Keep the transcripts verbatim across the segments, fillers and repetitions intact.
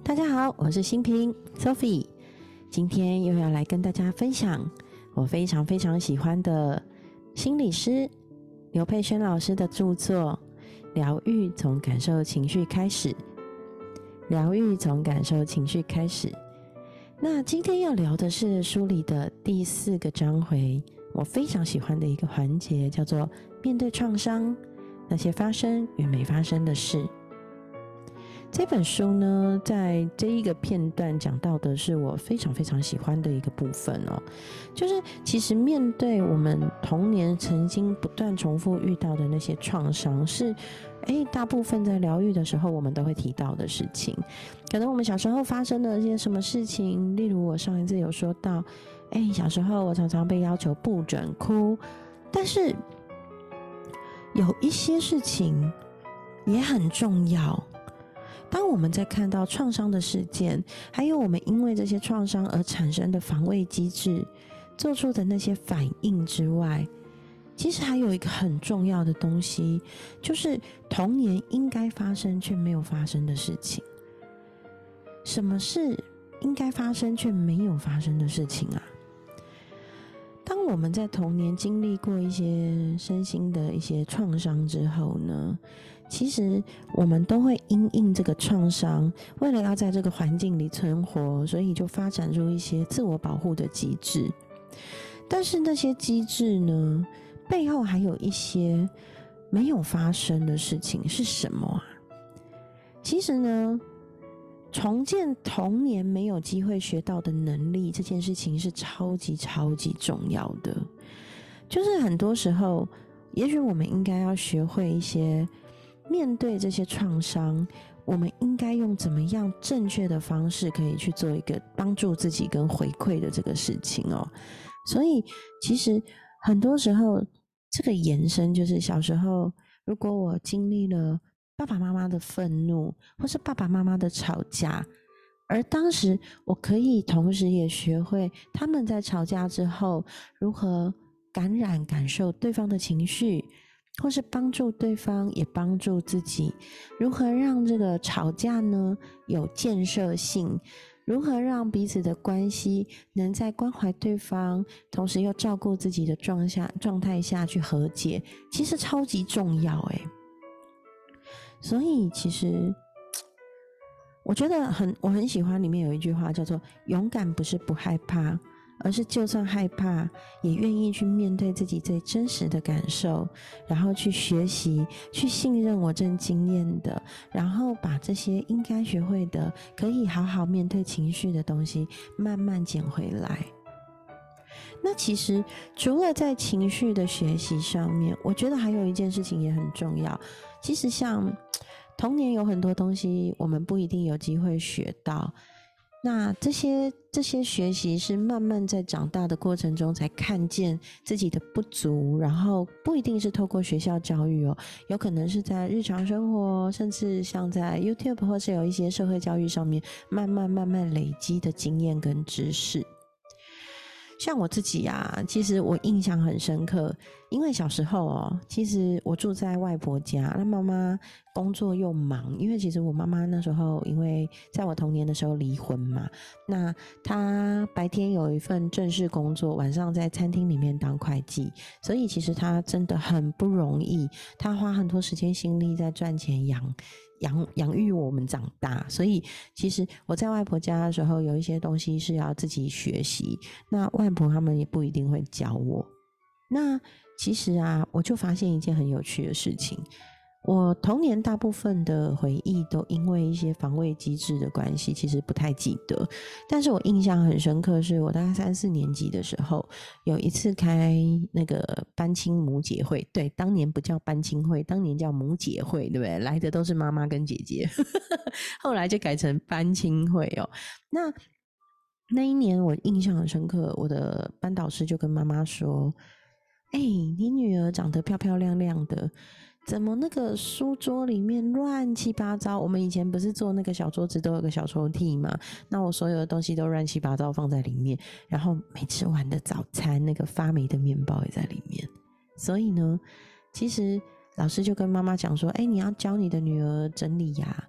大家好，我是新平 Sophie， 今天又要来跟大家分享我非常非常喜欢的心理师刘佩轩老师的著作《疗愈从感受情绪开始》。疗愈从感受情绪开始。那今天要聊的是书里的第四个章回，我非常喜欢的一个环节，叫做面对创伤，那些发生与没发生的事。这本书呢，在这一个片段讲到的是我非常非常喜欢的一个部分哦，就是其实面对我们童年曾经不断重复遇到的那些创伤，是诶大部分在疗愈的时候我们都会提到的事情。可能我们小时候发生了一些什么事情，例如我上一次有说到，诶小时候我常常被要求不准哭，但是有一些事情也很重要。当我们在看到创伤的事件，还有我们因为这些创伤而产生的防卫机制做出的那些反应之外，其实还有一个很重要的东西，就是童年应该发生却没有发生的事情。什么是应该发生却没有发生的事情啊？当我们在童年经历过一些身心的一些创伤之后呢，其实我们都会因应这个创伤，为了要在这个环境里存活，所以就发展出一些自我保护的机制。但是那些机制呢，背后还有一些没有发生的事情是什么啊？其实呢，重建童年没有机会学到的能力，这件事情是超级超级重要的。就是很多时候，也许我们应该要学会一些面对这些创伤，我们应该用怎么样正确的方式可以去做一个帮助自己跟回馈的这个事情哦。所以其实很多时候这个延伸就是小时候，如果我经历了爸爸妈妈的愤怒，或是爸爸妈妈的吵架，而当时我可以同时也学会他们在吵架之后如何感染感受对方的情绪，或是帮助对方也帮助自己，如何让这个吵架呢有建设性，如何让彼此的关系能在关怀对方同时又照顾自己的状下状态下去和解，其实超级重要诶。所以其实我觉得很我很喜欢里面有一句话叫做勇敢不是不害怕，而是就算害怕也愿意去面对自己最真实的感受，然后去学习，去信任我正经验的，然后把这些应该学会的可以好好面对情绪的东西慢慢捡回来。那其实除了在情绪的学习上面，我觉得还有一件事情也很重要。其实像童年有很多东西我们不一定有机会学到，那这些这些学习是慢慢在长大的过程中才看见自己的不足，然后不一定是透过学校教育哦，有可能是在日常生活，甚至像在 YouTube 或是有一些社会教育上面慢慢慢慢累积的经验跟知识。像我自己啊，其实我印象很深刻，因为小时候哦，其实我住在外婆家，那妈妈工作又忙，因为其实我妈妈那时候因为在我童年的时候离婚嘛，那她白天有一份正式工作，晚上在餐厅里面当会计，所以其实她真的很不容易，她花很多时间心力在赚钱养养养育我们长大，所以其实我在外婆家的时候有一些东西是要自己学习，那外婆他们也不一定会教我。那其实啊，我就发现一件很有趣的事情，我童年大部分的回忆都因为一些防卫机制的关系其实不太记得，但是我印象很深刻，是我大概三四年级的时候有一次开那个班亲母姐会，对，当年不叫班亲会，当年叫母姐会，对不对？来的都是妈妈跟姐姐后来就改成班亲会哦。那那一年我印象很深刻，我的班导师就跟妈妈说，哎、欸，你女儿长得漂漂亮亮的，怎么那个书桌里面乱七八糟？我们以前不是做那个小桌子都有个小抽屉嘛，那我所有的东西都乱七八糟放在里面，然后没吃完的早餐那个发霉的面包也在里面。所以呢，其实老师就跟妈妈讲说，哎、欸，你要教你的女儿整理呀、啊，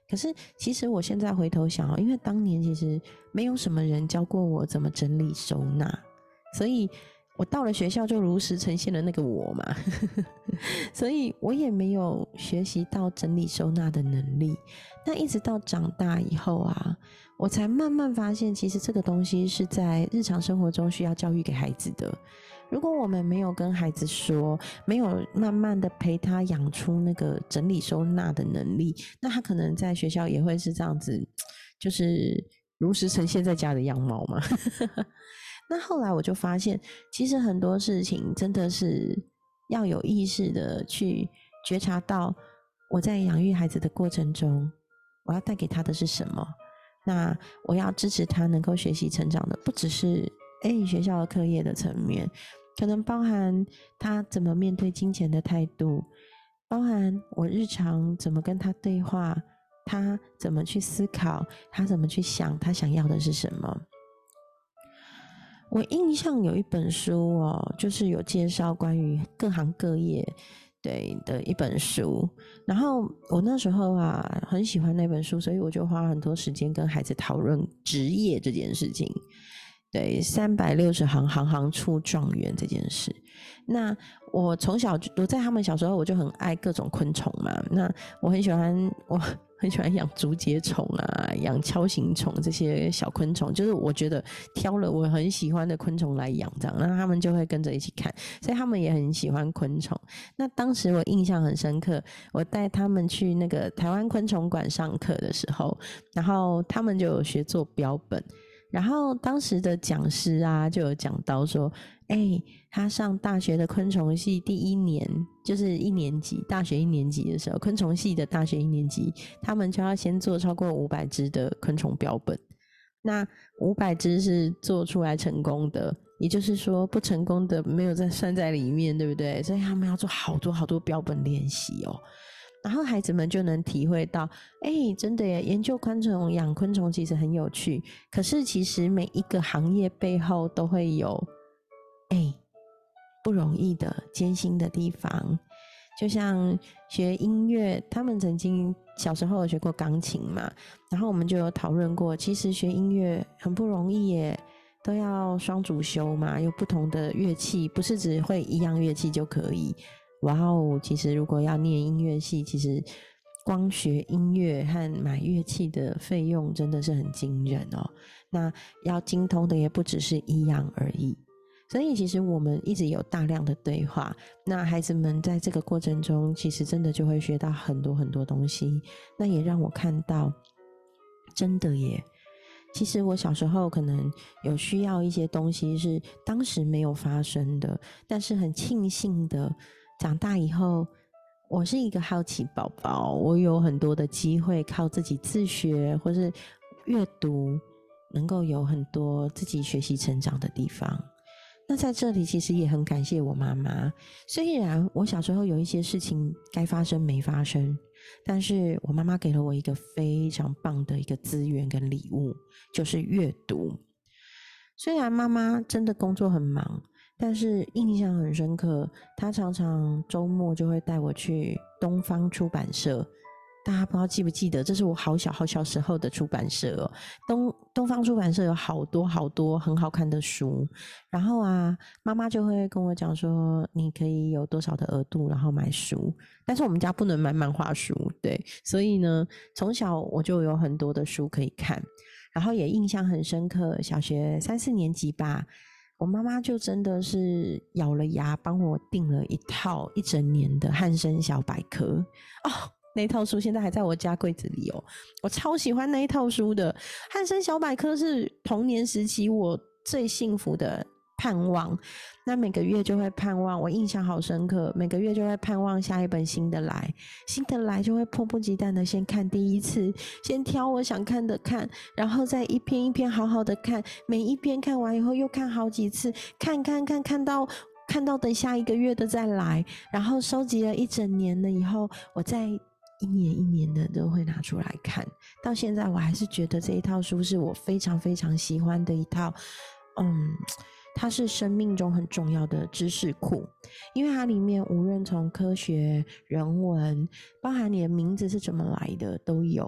可是其实我现在回头想哦，因为当年其实没有什么人教过我怎么整理收纳，所以我到了学校就如实呈现了那个我嘛所以我也没有学习到整理收纳的能力。那一直到长大以后啊，我才慢慢发现其实这个东西是在日常生活中需要教育给孩子的。如果我们没有跟孩子说，没有慢慢的陪他养出那个整理收纳的能力，那他可能在学校也会是这样子，就是如实呈现在家的样貌嘛那后来我就发现，其实很多事情真的是要有意识的去觉察到，我在养育孩子的过程中，我要带给他的是什么。那我要支持他能够学习成长的，不只是诶学校的课业的层面，可能包含他怎么面对金钱的态度，包含我日常怎么跟他对话，他怎么去思考，他怎么去想他想要的是什么。我印象有一本书哦，就是有介绍关于各行各业对的一本书，然后我那时候啊很喜欢那本书，所以我就花很多时间跟孩子讨论职业这件事情。对，三百六十行，行行出状元这件事。那我从小我在他们小时候我就很爱各种昆虫嘛，那我很喜欢我很喜欢养竹节虫啊，养锹形虫这些小昆虫，就是我觉得挑了我很喜欢的昆虫来养这样，那他们就会跟着一起看，所以他们也很喜欢昆虫。那当时我印象很深刻，我带他们去那个台湾昆虫馆上课的时候，然后他们就有学做标本，然后当时的讲师啊就有讲到说，欸，他上大学的昆虫系第一年，就是一年级，大学一年级的时候，昆虫系的大学一年级，他们就要先做超过五百只的昆虫标本。那五百只是做出来成功的，也就是说不成功的没有再算在里面，对不对？所以他们要做好多好多标本练习哦。然后孩子们就能体会到，哎，真的耶，研究昆虫、养昆虫其实很有趣。可是其实每一个行业背后都会有，哎，不容易的、艰辛的地方。就像学音乐，他们曾经小时候有学过钢琴嘛，然后我们就有讨论过，其实学音乐很不容易耶，都要双主修嘛，有不同的乐器，不是只会一样乐器就可以。哇哦，其实如果要念音乐系，其实光学音乐和买乐器的费用真的是很惊人哦。那要精通的也不只是一样而已。所以其实我们一直有大量的对话，那孩子们在这个过程中其实真的就会学到很多很多东西。那也让我看到，真的耶，其实我小时候可能有需要一些东西是当时没有发生的，但是很庆幸的长大以后，我是一个好奇宝宝，我有很多的机会靠自己自学或是阅读，能够有很多自己学习成长的地方。那在这里其实也很感谢我妈妈，虽然我小时候有一些事情该发生没发生，但是我妈妈给了我一个非常棒的一个资源跟礼物，就是阅读。虽然妈妈真的工作很忙，但是印象很深刻，她常常周末就会带我去东方出版社。大家不知道记不记得，这是我好小好小时候的出版社哦。东东方出版社有好多好多很好看的书，然后啊，妈妈就会跟我讲说，你可以有多少的额度，然后买书。但是我们家不能买漫画书，对，所以呢，从小我就有很多的书可以看，然后也印象很深刻。小学三四年级吧，我妈妈就真的是咬了牙帮我订了一套一整年的汉声小百科哦。那一套书现在还在我家柜子里哦，我超喜欢那一套书的。汉声小百科是童年时期我最幸福的盼望，那每个月就会盼望，我印象好深刻，每个月就会盼望下一本新的来，新的来就会迫不及待的先看第一次，先挑我想看的看，然后再一篇一篇好好的看，每一篇看完以后又看好几次，看看看看到看到等下一个月的再来，然后收集了一整年了以后，我再一年一年的都会拿出来看。到现在我还是觉得这一套书是我非常非常喜欢的一套，嗯，它是生命中很重要的知识库，因为它里面无论从科学、人文，包含你的名字是怎么来的都有。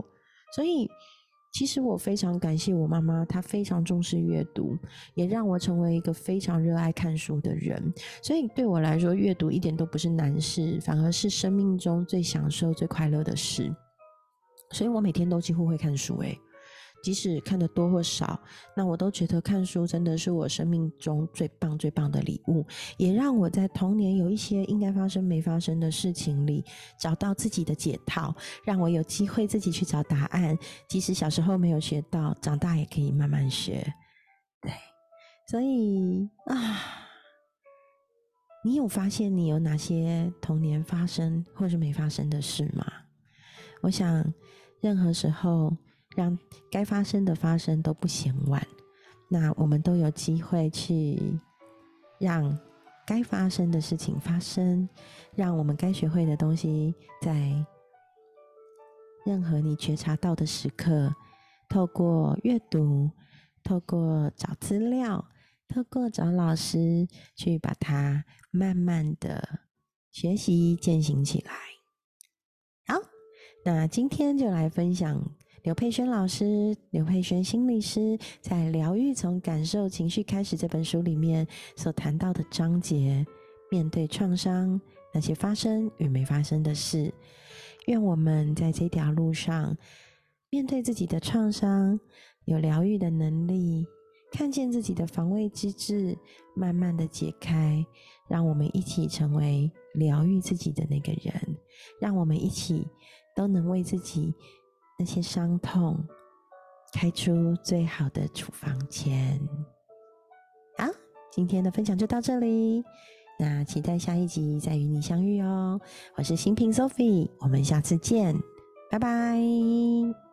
所以其实我非常感谢我妈妈，她非常重视阅读，也让我成为一个非常热爱看书的人。所以对我来说，阅读一点都不是难事，反而是生命中最享受最快乐的事。所以我每天都几乎会看书诶，即使看得多或少，那我都觉得看书真的是我生命中最棒最棒的礼物，也让我在童年有一些应该发生没发生的事情里找到自己的解套，让我有机会自己去找答案，即使小时候没有学到，长大也可以慢慢学。对，所以啊，你有发现你有哪些童年发生或是没发生的事吗？我想任何时候让该发生的发生都不嫌晚，那我们都有机会去让该发生的事情发生，让我们该学会的东西在任何你觉察到的时刻，透过阅读，透过找资料，透过找老师，去把它慢慢的学习践行起来。好，那今天就来分享刘佩轩老师、刘佩轩心理师在《疗愈从感受情绪开始》这本书里面所谈到的章节，面对创伤，那些发生与没发生的事。愿我们在这条路上，面对自己的创伤，有疗愈的能力，看见自己的防卫机制，慢慢的解开，让我们一起成为疗愈自己的那个人，让我们一起都能为自己那些伤痛开出最好的处方签。好，今天的分享就到这里，那期待下一集再与你相遇哦。我是心平 Sophie， 我们下次见，拜拜。